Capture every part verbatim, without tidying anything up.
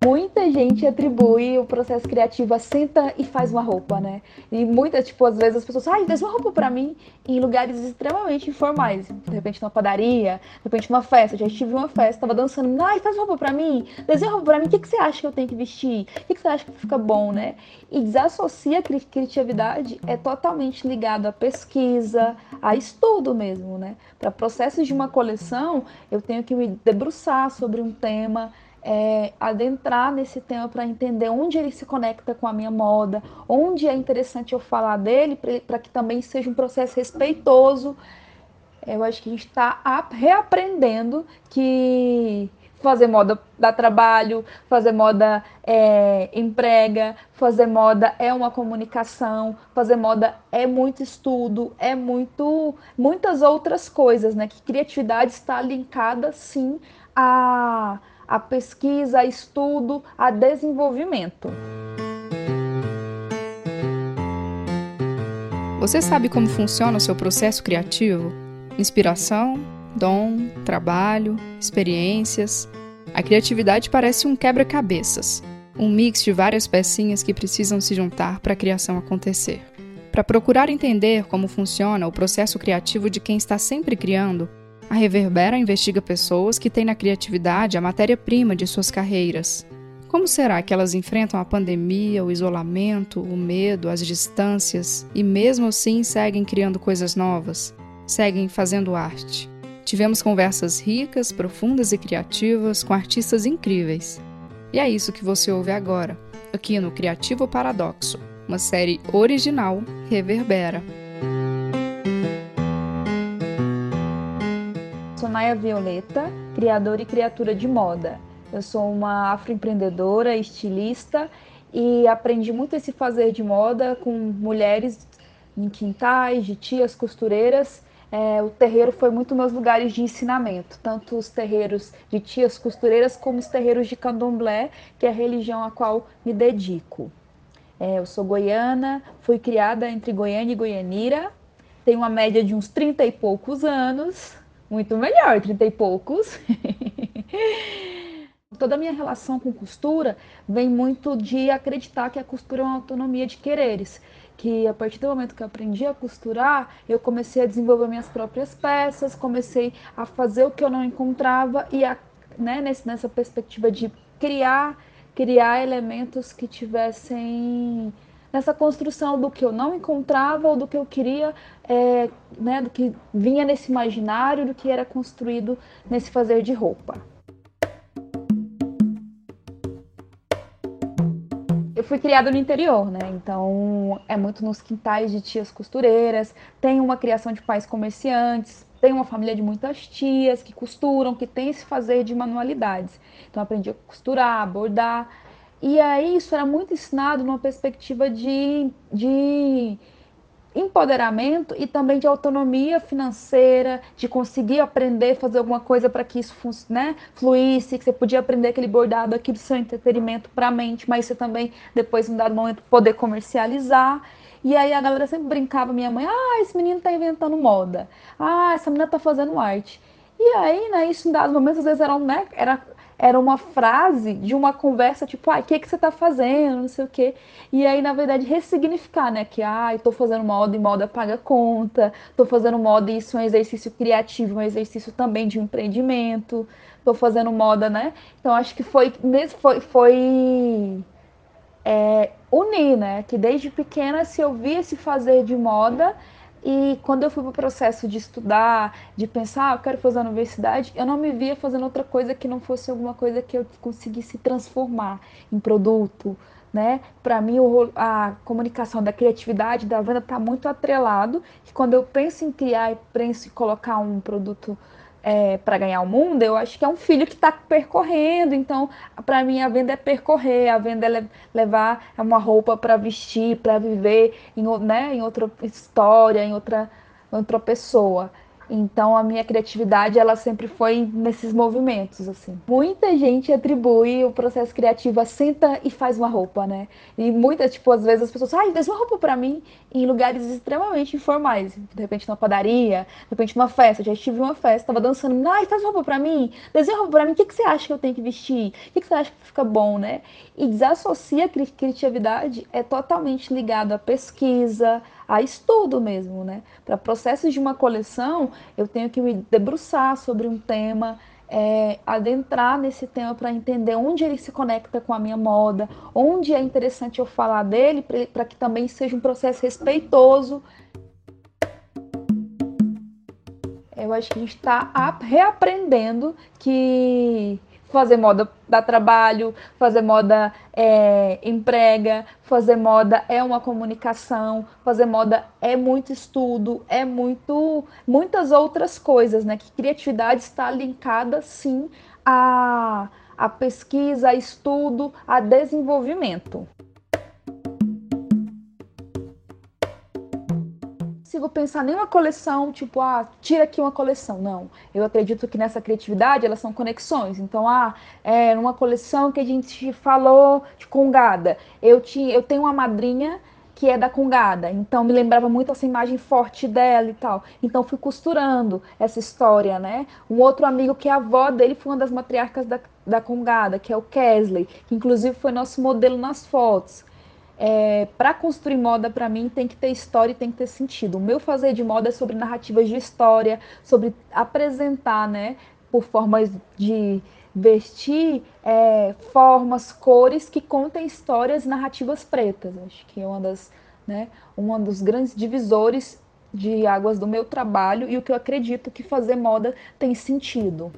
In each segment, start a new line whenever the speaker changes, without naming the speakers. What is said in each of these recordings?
Muita gente atribui o processo criativo a senta e faz uma roupa, né? E muitas, tipo, às vezes as pessoas, ai, faz uma roupa pra mim em lugares extremamente informais. De repente numa padaria, de repente numa festa. Eu já estive numa festa, tava dançando, ai, faz uma roupa pra mim, desenha uma roupa pra mim, o que, que você acha que eu tenho que vestir? O que, que você acha que fica bom, né? E desassocia a criatividade, é totalmente ligado à pesquisa, a estudo mesmo, né? Para processos de uma coleção, eu tenho que me debruçar sobre um tema, é, adentrar nesse tema para entender onde ele se conecta com a minha moda, onde é interessante eu falar dele, para que também seja um processo respeitoso. Eu acho que a gente está reaprendendo que fazer moda dá trabalho, fazer moda é, emprega, fazer moda é uma comunicação, fazer moda é muito estudo, é muito muitas outras coisas, né? Que criatividade está linkada sim a, a pesquisa, a estudo, a desenvolvimento.
Você sabe como funciona o seu processo criativo? Inspiração, dom, trabalho, experiências. A criatividade parece um quebra-cabeças, um mix de várias pecinhas que precisam se juntar para a criação acontecer. Para procurar entender como funciona o processo criativo de quem está sempre criando, a Reverbera investiga pessoas que têm na criatividade a matéria-prima de suas carreiras. Como será que elas enfrentam a pandemia, o isolamento, o medo, as distâncias e mesmo assim seguem criando coisas novas? Seguem fazendo arte? Tivemos conversas ricas, profundas e criativas com artistas incríveis. E é isso que você ouve agora, aqui no Criativo Paradoxo, uma série original Reverbera.
Sou Naya Violeta, criadora e criatura de moda. Eu sou uma afroempreendedora, estilista e aprendi muito esse fazer de moda com mulheres em quintais, de tias costureiras. É, o terreiro foi muito meus lugares de ensinamento, tanto os terreiros de tias costureiras como os terreiros de candomblé, que é a religião a qual me dedico. É, eu sou goiana, fui criada entre Goiânia e Goianira, tenho uma média de uns trinta e poucos anos, muito melhor, trinta e poucos. Toda a minha relação com costura vem muito de acreditar que a costura é uma autonomia de quereres. Que a partir do momento que eu aprendi a costurar, eu comecei a desenvolver minhas próprias peças, comecei a fazer o que eu não encontrava e a, né, nesse, nessa perspectiva de criar, criar elementos que tivessem nessa construção do que eu não encontrava ou do que eu queria, é, né, do que vinha nesse imaginário, do que era construído nesse fazer de roupa. Eu fui criada no interior, né? Então é muito nos quintais de tias costureiras. Tem uma criação de pais comerciantes. Tem uma família de muitas tias que costuram, que tem esse fazer de manualidades. Então aprendi a costurar, a bordar. E aí isso era muito ensinado numa perspectiva de, de empoderamento e também de autonomia financeira, de conseguir aprender a fazer alguma coisa para que isso, né, fluísse, que você podia aprender aquele bordado aqui do seu entretenimento para a mente, mas você também, depois, em um dado momento, poder comercializar. E aí a galera sempre brincava, minha mãe, ah, esse menino tá inventando moda, ah, essa menina tá fazendo arte. E aí, né, isso em dados momentos, às vezes era, né, era, era uma frase de uma conversa, tipo, ah, o que, que você tá fazendo, não sei o quê. E aí, na verdade, ressignificar, né, que, ah, estou fazendo moda e moda paga conta, estou fazendo moda e isso é um exercício criativo, um exercício também de um empreendimento, estou fazendo moda, né. Então, acho que foi, foi, foi é, unir, né, que desde pequena se eu via esse fazer de moda. E quando eu fui para o processo de estudar, de pensar, ah, eu quero fazer a universidade, eu não me via fazendo outra coisa que não fosse alguma coisa que eu conseguisse transformar em produto, né? Para mim, a comunicação da criatividade, da venda está muito atrelado, que quando eu penso em criar e penso em colocar um produto é, para ganhar o mundo, eu acho que é um filho que está percorrendo. Então, para mim, a venda é percorrer, a venda é levar uma roupa para vestir, para viver em, né, em outra história, em outra, outra pessoa. Então a minha criatividade ela sempre foi nesses movimentos assim. Muita gente atribui o processo criativo a senta e faz uma roupa, né? E muitas, tipo, às vezes as pessoas, ai, faz uma roupa para mim em lugares extremamente informais, de repente numa padaria, de repente numa festa. Eu já estive em uma festa, tava dançando, ai, faz uma roupa para mim, desenha uma roupa para mim. O que que você acha que eu tenho que vestir? O que que você acha que fica bom, né? E desassocia a criatividade é totalmente ligado à pesquisa, a estudo mesmo, né? Para processos de uma coleção, eu tenho que me debruçar sobre um tema, é, adentrar nesse tema para entender onde ele se conecta com a minha moda, onde é interessante eu falar dele, para que também seja um processo respeitoso. Eu acho que a gente está reaprendendo que fazer moda dá trabalho, fazer moda é, emprega, fazer moda é uma comunicação, fazer moda é muito estudo, é muito muitas outras coisas, né? Que criatividade está linkada sim a, a pesquisa, a estudo, a desenvolvimento. Consigo pensar nenhuma coleção, tipo, ah, tira aqui uma coleção. Não. Eu acredito que nessa criatividade elas são conexões. Então, ah, é numa coleção que a gente falou de Congada. Eu, tinha, eu tenho uma madrinha que é da Congada. Então, me lembrava muito essa imagem forte dela e tal. Então, fui costurando essa história, né? Um outro amigo que é a avó dele foi uma das matriarcas da, da Congada, que é o Kesley, que inclusive foi nosso modelo nas fotos. É, para construir moda, para mim, tem que ter história e tem que ter sentido. O meu fazer de moda é sobre narrativas de história, sobre apresentar, né, por formas de vestir, é, formas, cores que contem histórias e narrativas pretas. Acho que é uma das, né, um dos grandes divisores de águas do meu trabalho e o que eu acredito que fazer moda tem sentido.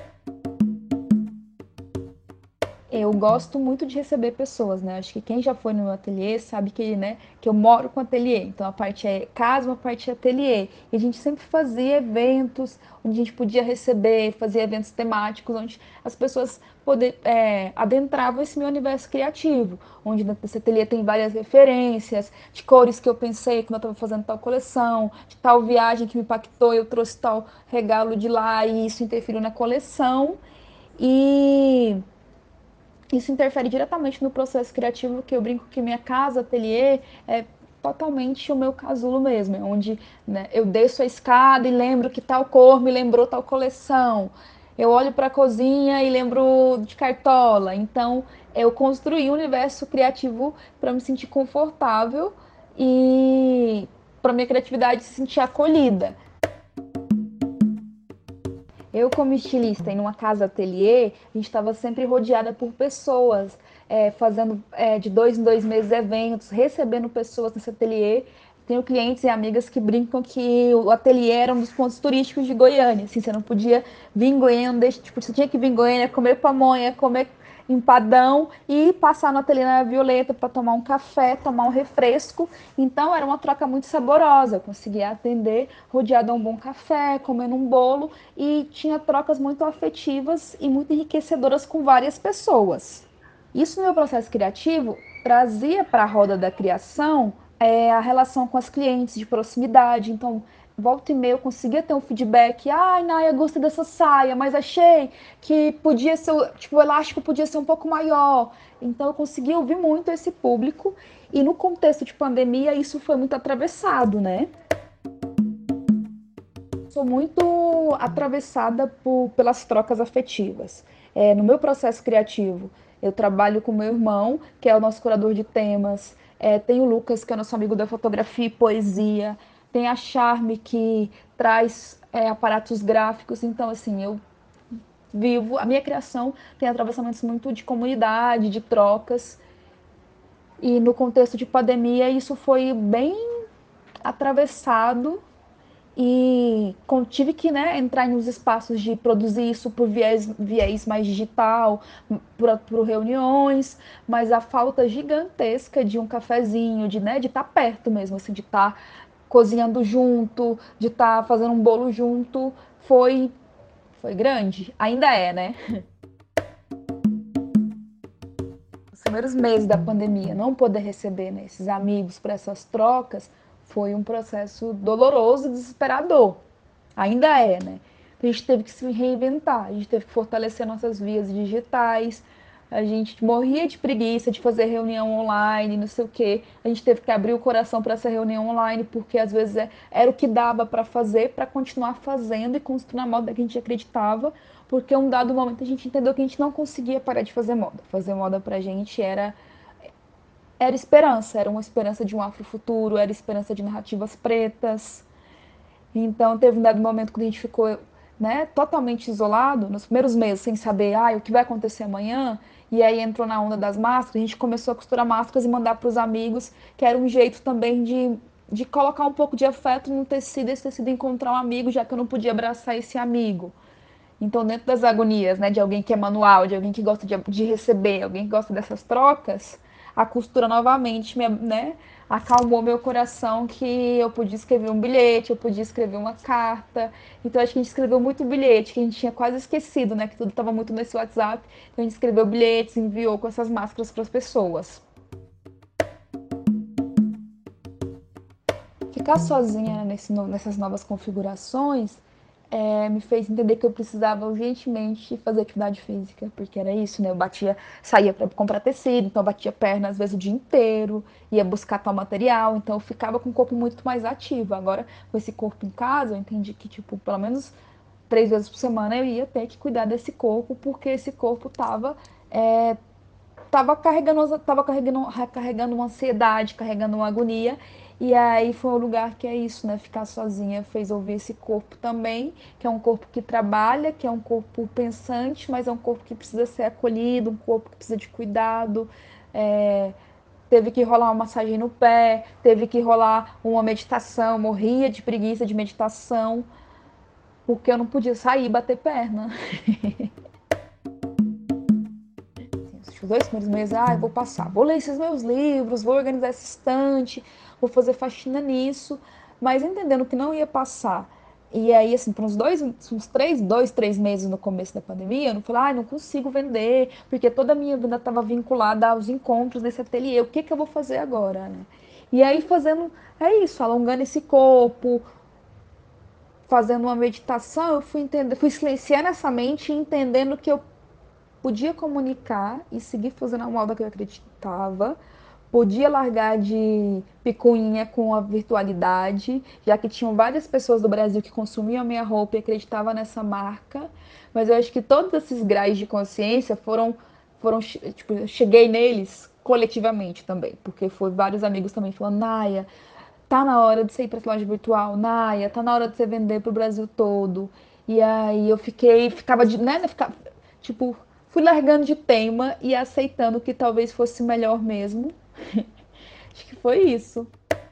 Eu gosto muito de receber pessoas, né? Acho que quem já foi no meu ateliê sabe que, né, que eu moro com ateliê. Então a parte é casa, uma parte é ateliê. E a gente sempre fazia eventos onde a gente podia receber, fazia eventos temáticos, onde as pessoas poder, é, adentravam esse meu universo criativo. Onde nesse ateliê tem várias referências de cores que eu pensei quando eu estava fazendo tal coleção, de tal viagem que me impactou, eu trouxe tal regalo de lá e isso interferiu na coleção. E isso interfere diretamente no processo criativo, que eu brinco que minha casa, ateliê, é totalmente o meu casulo mesmo, é onde, né, eu desço a escada e lembro que tal cor me lembrou tal coleção. Eu olho para a cozinha e lembro de Cartola. Então, eu construí um universo criativo para me sentir confortável e para minha criatividade se sentir acolhida. Eu, como estilista, em uma casa ateliê, a gente estava sempre rodeada por pessoas, é, fazendo é, de dois em dois meses eventos, recebendo pessoas nesse ateliê. Tenho clientes e amigas que brincam que o ateliê era um dos pontos turísticos de Goiânia. Assim, você não podia vir em Goiânia, não deixa, tipo, você tinha que vir em Goiânia comer pamonha, comer empadão e passar no ateliê na Violeta para tomar um café, tomar um refresco. Então era uma troca muito saborosa. Eu conseguia atender rodeado a um bom café, comendo um bolo e tinha trocas muito afetivas e muito enriquecedoras com várias pessoas. Isso no meu processo criativo trazia para a roda da criação é, a relação com as clientes de proximidade. Então, volta e meia eu conseguia ter um feedback. Ai, Naya, gostei dessa saia, mas achei que podia ser, tipo, o elástico podia ser um pouco maior. Então, eu conseguia ouvir muito esse público. E no contexto de pandemia, isso foi muito atravessado, né? Sou muito atravessada por, pelas trocas afetivas. É, no meu processo criativo, eu trabalho com meu irmão, que é o nosso curador de temas. É, tem o Lucas, que é nosso amigo da fotografia e poesia. Tem a Charme, que traz é, aparatos gráficos. Então, assim, eu vivo. A minha criação tem atravessamentos muito de comunidade, de trocas. E no contexto de pandemia, isso foi bem atravessado e tive que, né, entrar nos espaços de produzir isso por viés, viés mais digital, por reuniões, mas a falta gigantesca de um cafezinho, de, né, de estar perto mesmo, assim, de estar cozinhando junto, de estar fazendo um bolo junto, foi, foi grande. Ainda é, né? Os primeiros meses da pandemia, não poder receber, né, esses amigos para essas trocas, foi um processo doloroso e desesperador. ainda é, né? Então a gente teve que se reinventar, a gente teve que fortalecer nossas vias digitais, a gente morria de preguiça de fazer reunião online, não sei o quê. A gente teve que abrir o coração para essa reunião online, porque às vezes é, era o que dava para fazer, para continuar fazendo e construir a moda que a gente acreditava, porque um dado momento a gente entendeu que a gente não conseguia parar de fazer moda. Fazer moda pra gente era era esperança, era uma esperança de um afrofuturo, era esperança de narrativas pretas. Então teve um dado momento que a gente ficou, né, totalmente isolado, nos primeiros meses, sem saber ah, o que vai acontecer amanhã. E aí entrou na onda das máscaras, a gente começou a costurar máscaras e mandar para os amigos, que era um jeito também de, de colocar um pouco de afeto no tecido, esse tecido encontrar um amigo, já que eu não podia abraçar esse amigo. Então, dentro das agonias, né, de alguém que é manual, de alguém que gosta de, de receber, alguém que gosta dessas trocas, a costura novamente me, né, acalmou meu coração, que eu podia escrever um bilhete, eu podia escrever uma carta. Então, acho que a gente escreveu muito bilhete, que a gente tinha quase esquecido, né, que tudo estava muito nesse WhatsApp. Então, a gente escreveu bilhetes, enviou com essas máscaras para as pessoas. Ficar sozinha nesse, nessas novas configurações é, me fez entender que eu precisava urgentemente fazer atividade física, porque era isso, né? Eu batia, saía para comprar tecido, então eu batia perna às vezes o dia inteiro, ia buscar tal material, então eu ficava com o corpo muito mais ativo. Agora, com esse corpo em casa, eu entendi que, tipo, pelo menos três vezes por semana eu ia ter que cuidar desse corpo, porque esse corpo tava é, tava carregando, tava carregando, carregando uma ansiedade, carregando uma agonia. E aí foi um lugar que é isso, né? Ficar sozinha fez ouvir esse corpo também, que é um corpo que trabalha, que é um corpo pensante, mas é um corpo que precisa ser acolhido, um corpo que precisa de cuidado. É, teve que rolar uma massagem no pé, teve que rolar uma meditação, morria de preguiça de meditação, porque eu não podia sair e bater perna. Os dois primeiros meses, ah, eu vou passar, vou ler esses meus livros, vou organizar essa estante, vou fazer faxina nisso, mas entendendo que não ia passar. E aí, assim, por uns dois, uns três, dois, três meses no começo da pandemia, eu não falei, ah, não consigo vender, porque toda a minha vida estava vinculada aos encontros nesse ateliê. O que, que eu vou fazer agora, né? E aí, fazendo, é isso, alongando esse corpo, fazendo uma meditação, eu fui entender, fui silenciando essa mente e entendendo que eu podia comunicar e seguir fazendo a moda que eu acreditava, podia largar de picuinha com a virtualidade, já que tinham várias pessoas do Brasil que consumiam a minha roupa e acreditavam nessa marca, mas eu acho que todos esses graus de consciência foram, foram tipo, eu cheguei neles coletivamente também, porque foi vários amigos também falando, Naya, tá na hora de você ir para essa loja virtual, Naya, tá na hora de você vender pro Brasil todo. E aí eu fiquei, ficava de, né, ficava, tipo, fui largando de tema e aceitando que talvez fosse melhor mesmo. Acho que foi isso.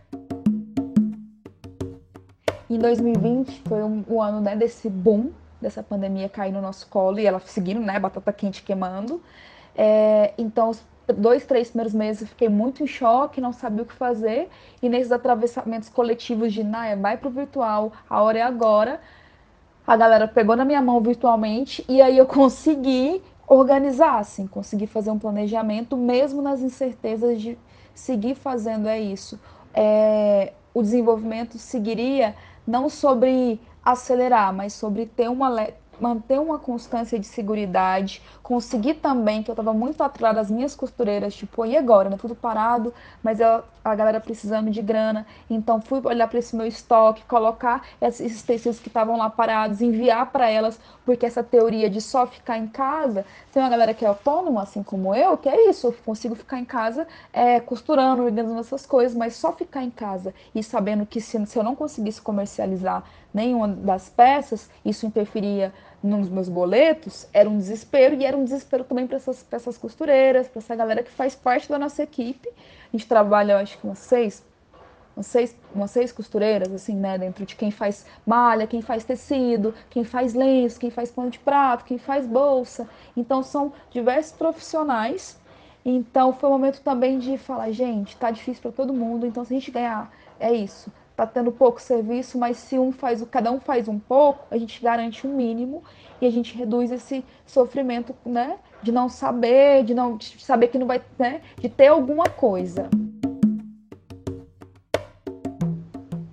Em dois mil e vinte foi um, um ano, né, desse boom, dessa pandemia cair no nosso colo e ela seguindo, né, batata quente queimando. É, então, os dois, três primeiros meses eu fiquei muito em choque, não sabia o que fazer. E nesses atravessamentos coletivos de, Naya, vai pro virtual, a hora é agora. A galera pegou na minha mão virtualmente e aí eu consegui organizar, assim, consegui fazer um planejamento, mesmo nas incertezas de seguir fazendo é isso. É, o desenvolvimento seguiria não sobre acelerar, mas sobre ter uma manter uma constância de seguridade, conseguir também, que eu estava muito atrás das minhas costureiras, tipo, e agora, né? Tudo parado, mas eu, a galera precisando de grana, então fui olhar para esse meu estoque, colocar esses tecidos que estavam lá parados, enviar para elas, porque essa teoria de só ficar em casa, tem uma galera que é autônoma, assim como eu, que é isso, eu consigo ficar em casa é, costurando, organizando essas coisas, mas só ficar em casa e sabendo que se, se eu não conseguisse comercializar nenhuma das peças, isso interferia nos meus boletos, era um desespero, e era um desespero também para essas, essas costureiras, para essa galera que faz parte da nossa equipe. A gente trabalha, eu acho que umas seis, umas seis, umas seis costureiras, assim, né, dentro de quem faz malha, quem faz tecido, quem faz lenço, quem faz pano de prato, quem faz bolsa. Então, são diversos profissionais. Então, foi um momento também de falar, gente, tá difícil para todo mundo, então se a gente ganhar, é isso, tá tendo pouco serviço, mas se um faz, cada um faz um pouco, a gente garante um mínimo e a gente reduz esse sofrimento, né, de não saber, de não de saber que não vai, né, de ter alguma coisa.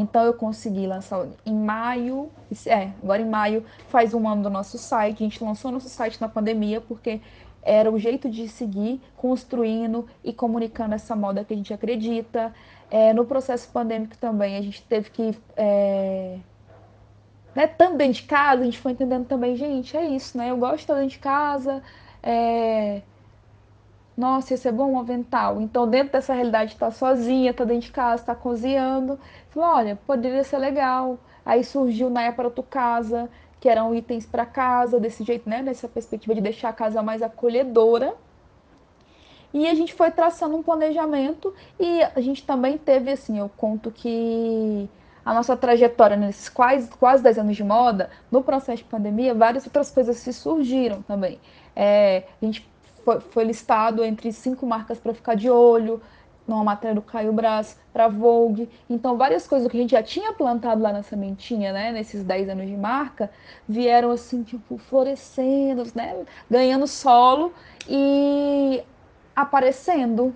Então eu consegui lançar em maio, é, agora em maio faz um ano do nosso site. A gente lançou nosso site na pandemia porque era o jeito de seguir construindo e comunicando essa moda que a gente acredita. É, no processo pandêmico também a gente teve que é, né, também de casa, a gente foi entendendo também, gente, é isso, né? Eu gosto de estar dentro de casa, é, nossa, ia ser bom um avental. Então, dentro dessa realidade, tá sozinha, tá dentro de casa, tá cozinhando. Falei, olha, poderia ser legal. Aí surgiu na para tu casa, que eram itens para casa, desse jeito, né? Nessa perspectiva de deixar a casa mais acolhedora. E a gente foi traçando um planejamento e a gente também teve, assim, eu conto que a nossa trajetória nesses quase, quase dez anos de moda, no processo de pandemia, várias outras coisas se surgiram também. É, a gente foi, foi listado entre cinco marcas para ficar de olho, numa matéria do Caio Brás, para Vogue. Então, várias coisas que a gente já tinha plantado lá na sementinha, né, nesses dez anos de marca, vieram assim, tipo, florescendo, né, ganhando solo e aparecendo.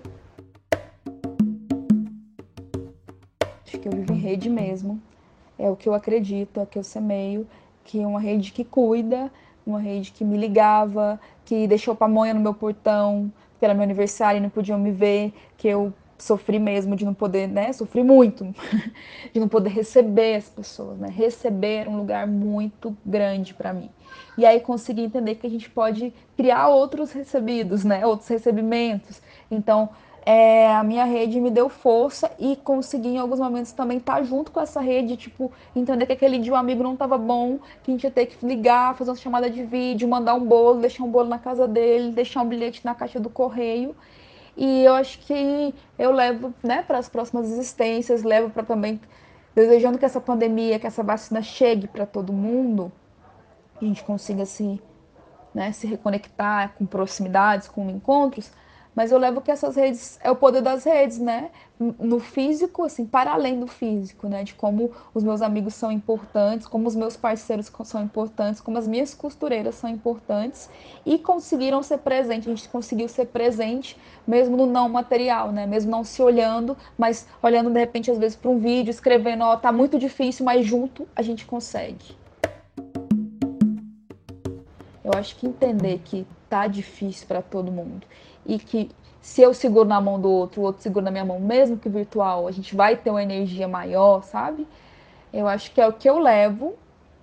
Acho que eu vivo em rede mesmo. É o que eu acredito, é o que eu semeio, que é uma rede que cuida, uma rede que me ligava, que deixou pamonha no meu portão, porque era meu aniversário e não podiam me ver, que eu sofri mesmo de não poder, né? Sofri muito de não poder receber as pessoas, né? Receber era um lugar muito grande para mim. E aí consegui entender que a gente pode criar outros recebidos, né? Outros recebimentos. Então, é, a minha rede me deu força e consegui em alguns momentos também estar junto com essa rede, tipo, entender que aquele dia um amigo não estava bom, que a gente ia ter que ligar, fazer uma chamada de vídeo, mandar um bolo, deixar um bolo na casa dele, deixar um bilhete na caixa do correio. E eu acho que eu levo, né, para as próximas existências, levo para também desejando que essa pandemia, que essa vacina chegue para todo mundo, que a gente consiga se, né, se reconectar com proximidades, com encontros, mas eu levo que essas redes, é o poder das redes, né? No físico, assim, para além do físico, né? De como os meus amigos são importantes, como os meus parceiros são importantes, como as minhas costureiras são importantes e conseguiram ser presentes, a gente conseguiu ser presente mesmo no não material, né? Mesmo não se olhando, mas olhando de repente às vezes para um vídeo, escrevendo, ó, tá muito difícil, mas junto a gente consegue. Eu acho que entender que tá difícil para todo mundo e que se eu seguro na mão do outro, o outro segura na minha mão, mesmo que virtual, a gente vai ter uma energia maior, sabe? Eu acho que é o que eu levo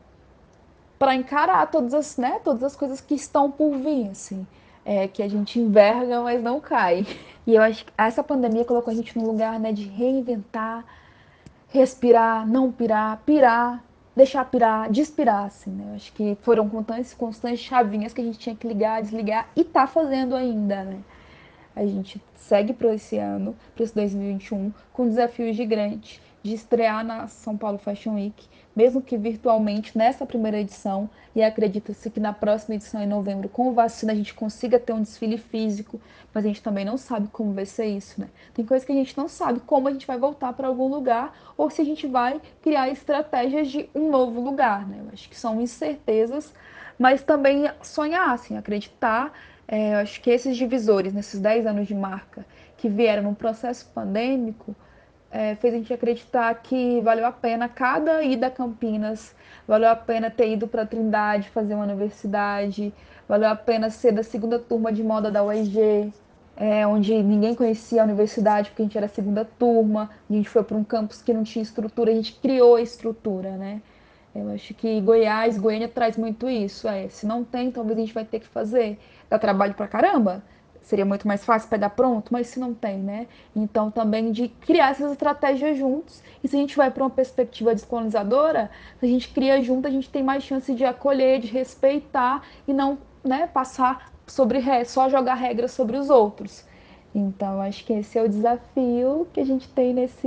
para encarar todas as, né, todas as coisas que estão por vir, assim, é, que a gente enverga, mas não cai. E eu acho que essa pandemia colocou a gente num lugar, né, de reinventar, respirar, não pirar, pirar, deixar pirar, despirar, assim, né? Eu acho que foram constantes, constantes chavinhas que a gente tinha que ligar, desligar e tá fazendo ainda, né? A gente segue para esse ano, para esse dois mil e vinte e um, com desafios gigantes de estrear na São Paulo Fashion Week, mesmo que virtualmente nessa primeira edição, e acredita-se que na próxima edição, em novembro, com vacina, a gente consiga ter um desfile físico, mas a gente também não sabe como vai ser isso, né? Tem coisas que a gente não sabe como a gente vai voltar para algum lugar, ou se a gente vai criar estratégias de um novo lugar, né? Eu acho que são incertezas, mas também sonhar, assim, acreditar. É, eu acho que esses divisores, nesses dez anos de marca, que vieram no processo pandêmico, é, fez a gente acreditar que valeu a pena cada ida a Campinas, valeu a pena ter ido para Trindade fazer uma universidade, valeu a pena ser da segunda turma de moda da U E G, é, onde ninguém conhecia a universidade porque a gente era a segunda turma, a gente foi para um campus que não tinha estrutura, a gente criou a estrutura, né? Eu acho que Goiás, Goiânia traz muito isso. É, se não tem, talvez a gente vai ter que fazer. Dá trabalho pra caramba. Seria muito mais fácil pegar pronto, mas se não tem, né? Então também de criar essas estratégias juntos. E se a gente vai para uma perspectiva descolonizadora, se a gente cria junto, a gente tem mais chance de acolher, de respeitar e não, né, passar sobre só jogar regras sobre os outros. Então acho que esse é o desafio que a gente tem nesse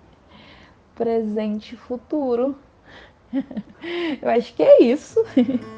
presente e futuro. Eu acho que é isso.